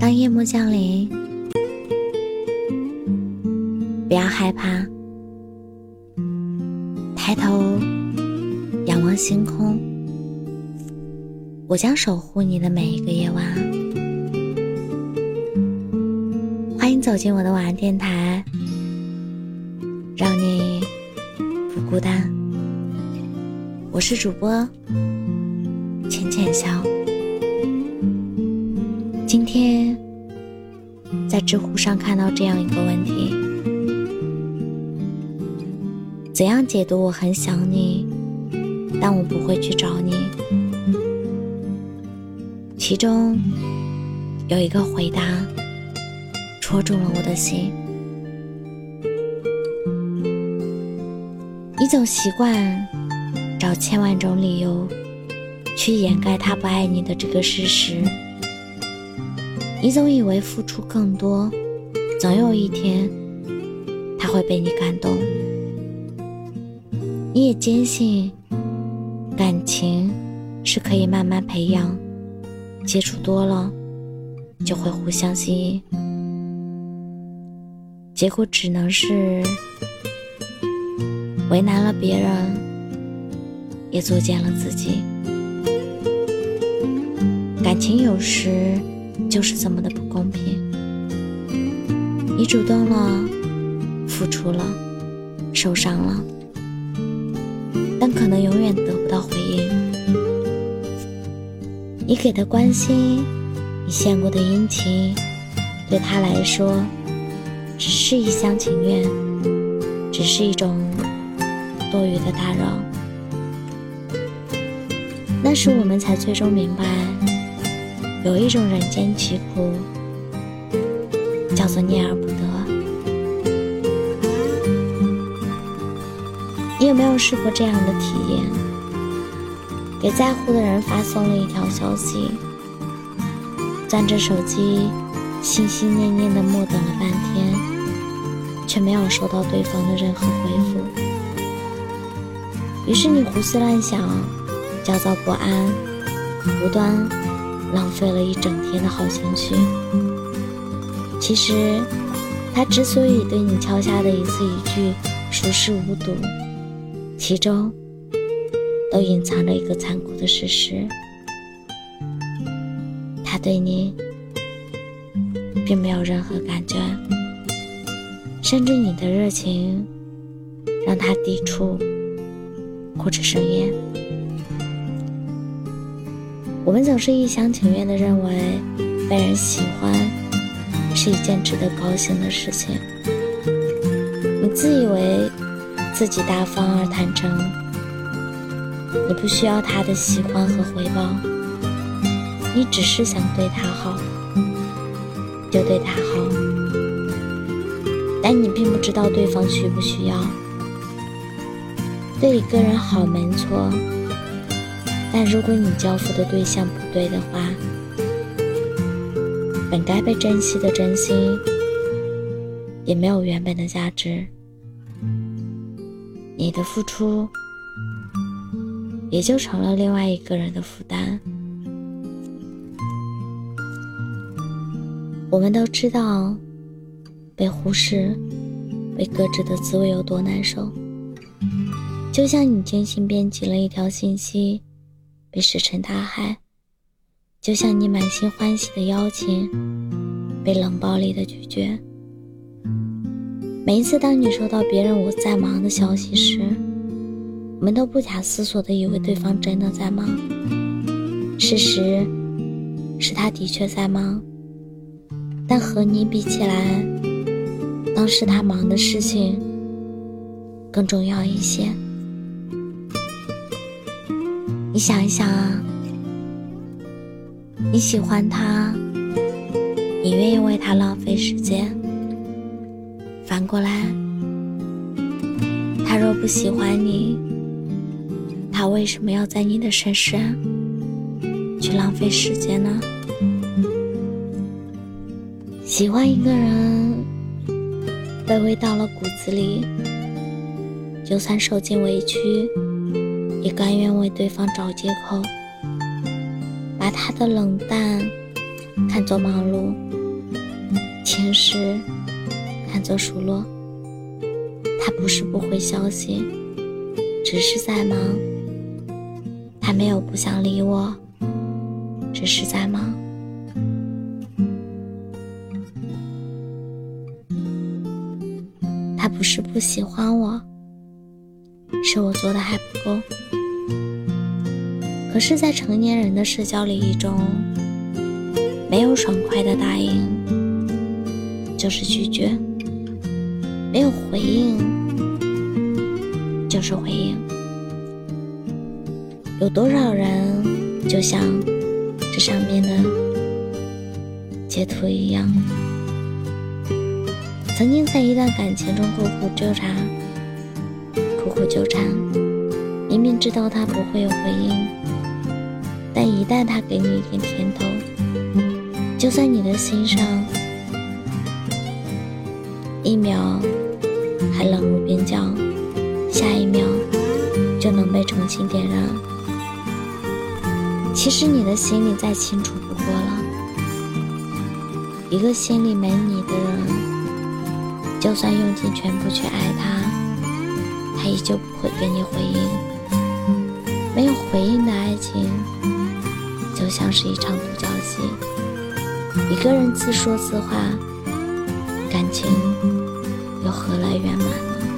当夜幕降临，不要害怕，抬头仰望星空，我将守护你的每一个夜晚。欢迎走进我的晚安电台，让你不孤单。我是主播浅浅笑。今天在知乎上看到这样一个问题：怎样解读我很想你，但我不会去找你？其中有一个回答戳中了我的心。你总习惯找千万种理由去掩盖他不爱你的这个事实，你总以为付出更多，总有一天他会被你感动。你也坚信感情是可以慢慢培养，接触多了就会互相吸引，结果只能是为难了别人，也作践了自己。感情有时就是这么的不公平，你主动了，付出了，受伤了，但可能永远得不到回应。你给的关心，你献过的殷勤，对他来说只是一厢情愿，只是一种多余的打扰。那时我们才最终明白，有一种人间疾苦叫做念而不得。你有没有试过这样的体验？给在乎的人发送了一条消息，攥着手机心心念念地默等了半天，却没有收到对方的任何回复。于是你胡思乱想，焦躁不安，无端浪费了一整天的好情绪。其实他之所以对你敲下的一字一句熟视无睹，其中都隐藏着一个残酷的事实：他对你并没有任何感觉，甚至你的热情让他抵触或者生厌。我们总是一厢情愿地认为被人喜欢是一件值得高兴的事情，你自以为自己大方而坦诚，你不需要他的喜欢和回报，你只是想对他好，就对他好，但你并不知道对方需不需要。对一个人好没错，但如果你交付的对象不对的话，本该被珍惜的真心也没有原本的价值，你的付出也就成了另外一个人的负担。我们都知道被忽视、被搁置的滋味有多难受，就像你精心编辑了一条信息被石沉大海，就像你满心欢喜的邀请被冷暴力的拒绝。每一次当你收到别人我在忙的消息时，我们都不假思索地以为对方真的在忙，事实是他的确在忙，但和你比起来，当时他忙的事情更重要一些。你想一想啊，你喜欢他，你愿意为他浪费时间，反过来，他若不喜欢你，他为什么要在你的身上去浪费时间呢？喜欢一个人卑微到了骨子里，就算受尽委屈，也甘愿为对方找借口，把他的冷淡看作忙碌， 情时看作数落。他不是不回消息，只是在忙。他没有不想理我，只是在忙。他不是不喜欢我，是我做的还不够。可是在成年人的社交礼仪中，没有爽快的答应就是拒绝，没有回应就是回应。有多少人就像这上面的截图一样，曾经在一段感情中苦苦纠缠，明明知道他不会有回应，但一旦他给你一点甜头，就在你的心上一秒还冷如冰窖，下一秒就能被重新点燃。其实你的心里再清楚不过了，一个心里没你的人，就算用尽全部去爱他，他依旧不会给你回应。没有回应的爱情就像是一场独角戏，一个人自说自话，感情又何来圆满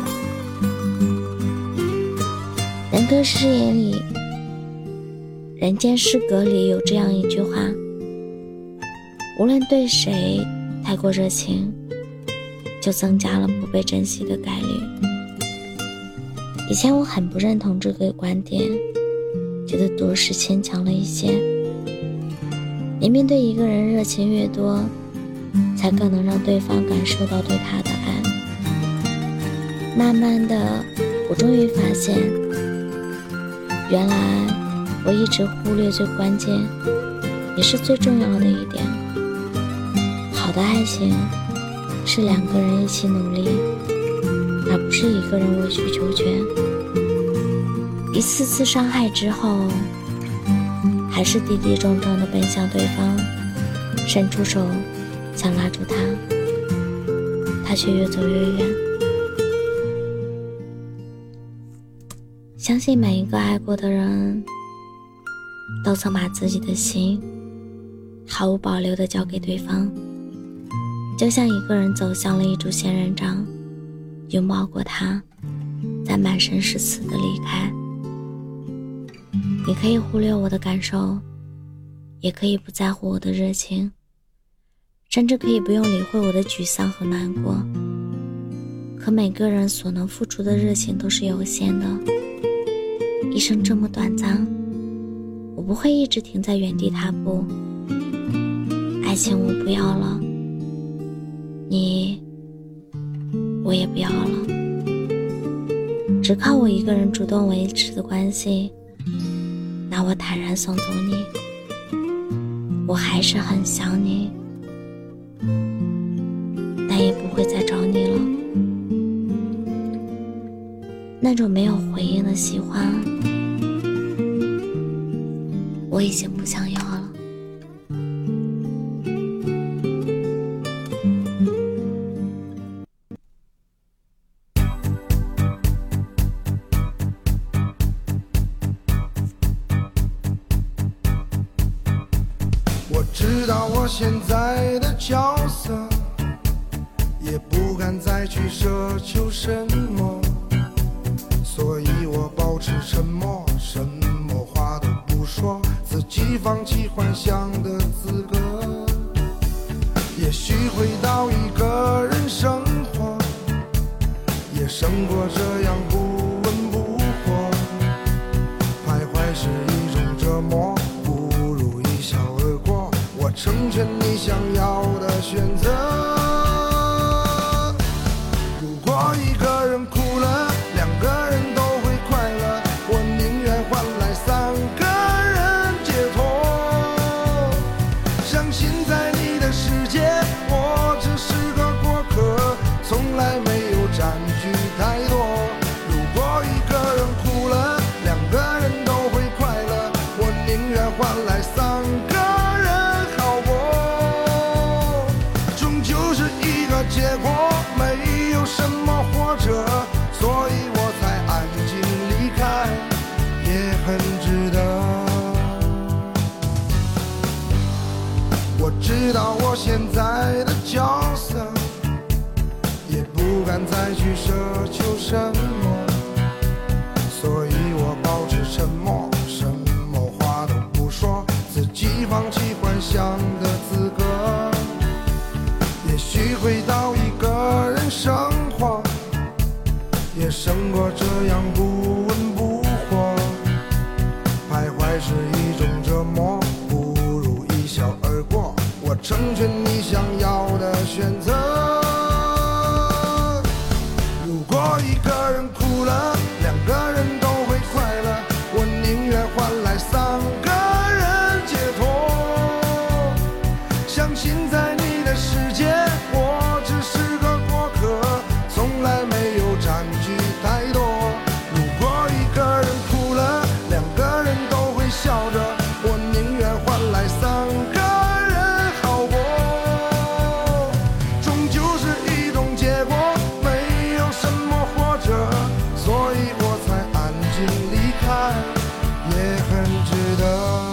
呢？人格誓言里，人间失格里有这样一句话，无论对谁太过热情，就增加了不被珍惜的概率。以前我很不认同这个观点，觉得多是牵强了一些。明明对一个人热情越多，才更能让对方感受到对他的爱。慢慢的，我终于发现，原来我一直忽略最关键也是最重要的一点，好的爱情是两个人一起努力，而不是一个人委曲求全。一次次伤害之后，还是跌跌撞撞地奔向对方，伸出手想拉住他，他却越走越远。相信每一个爱过的人都曾把自己的心毫无保留地交给对方，就像一个人走向了一株仙人掌，拥抱过它，再满身是刺的离开。你可以忽略我的感受，也可以不在乎我的热情，甚至可以不用理会我的沮丧和难过。可每个人所能付出的热情都是有限的，一生这么短暂，我不会一直停在原地踏步。爱情我不要了，我也不要了，只靠我一个人主动维持的关系，那我坦然送走你。我还是很想你，但也不会再找你了。那种没有回应的喜欢，我已经不想要了。 我知道我现在的角色，也不敢再去奢求什么，所以我保持沉默，什么话都不说，自己放弃幻想的资格。也许回到一个人生活，也胜过这样不温不火，徘徊是一种折磨，不如一笑而过。我成全你想要的选择。如果一个人哭了，两个人都会快乐，我宁愿换来三个人解脱。相信在你的世界，我只是个过客，从来没有占据太多。如果一个人哭了，两个人都会快乐，我宁愿换来三个人好过。终究是知道我现在的角色，也不敢再去奢求什么，所以我保持沉默，什么话都不说，自己放弃幻想的资格。也许回到一个人生活，也胜过这样不温不火。徘徊是一种折磨，不如一笑而过。我成全你想要的选择。如果一个人哭了，两个人都会快乐，我宁愿换来三个人解脱。相信在你的世界，我只是个过客，从来没有占据太多。如果一个人哭了，两个人都会笑着，我宁愿换来三个人好过。终究是一种结果，没有什么活着，所以我才安静离开，也很值得。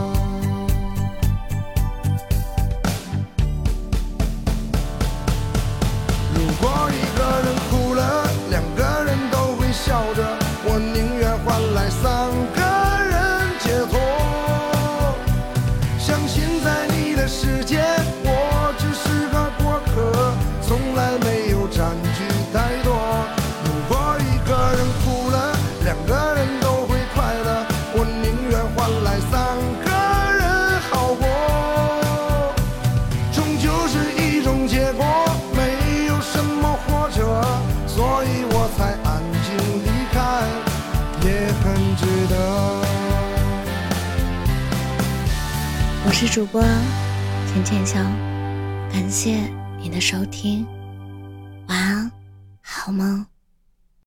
如果一个人哭了，两个人都会笑着，我宁愿换来三个人解脱。相信在你的世界，我只是个过客，从来没有占据太多。如果一个人哭了，两个人都会快乐，我宁愿换来三个人好过。终究是一种结果，没有什么活着，所以我才安静离开，也很值得。 我是主播浅浅笑，感谢你的收听，晚安，好梦。